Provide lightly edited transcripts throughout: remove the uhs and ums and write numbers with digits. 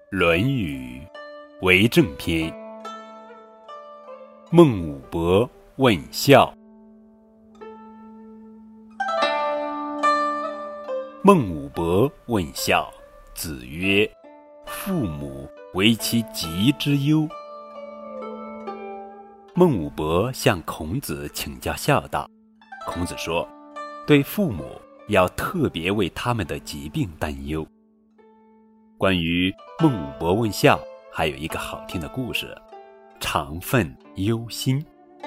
论语为政篇。孟武伯问孝。孟武伯问孝，子曰：父母为其疾之忧。孟武伯向孔子请教孝道，孔子说，对父母要特别为他们的疾病担忧。关于孟武伯问孝，还有一个好听的故事，常愤忧心。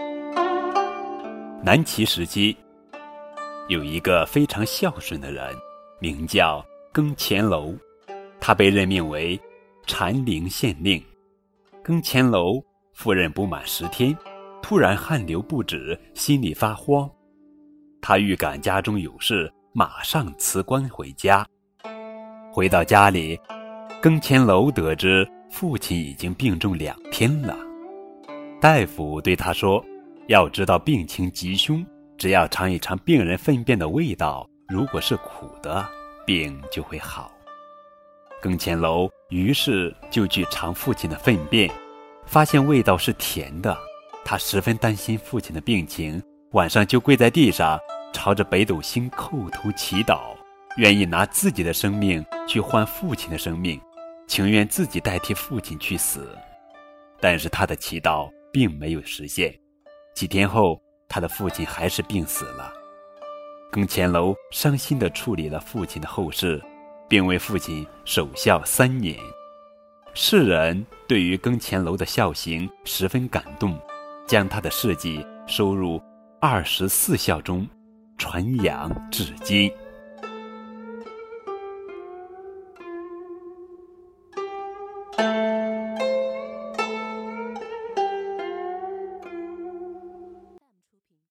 南齐时期，有一个非常孝顺的人，名叫更乾楼，他被任命为禅陵县令。更乾楼赴任不满10天，突然汗流不止，心里发慌。他预感家中有事，马上辞官回家。回到家里，更乾楼得知父亲已经病重2天了。大夫对他说，要知道病情吉凶，只要尝一尝病人粪便的味道，如果是苦的，病就会好。更乾楼于是就去尝父亲的粪便，发现味道是甜的。他十分担心父亲的病情，晚上就跪在地上，朝着北斗星叩头祈祷，愿意拿自己的生命去换父亲的生命，情愿自己代替父亲去死。但是他的祈祷并没有实现，几天后，他的父亲还是病死了。更乾楼伤心地处理了父亲的后事，并为父亲守孝3年。世人对于更乾楼的孝行十分感动，将他的事迹收入24孝中，传扬至今。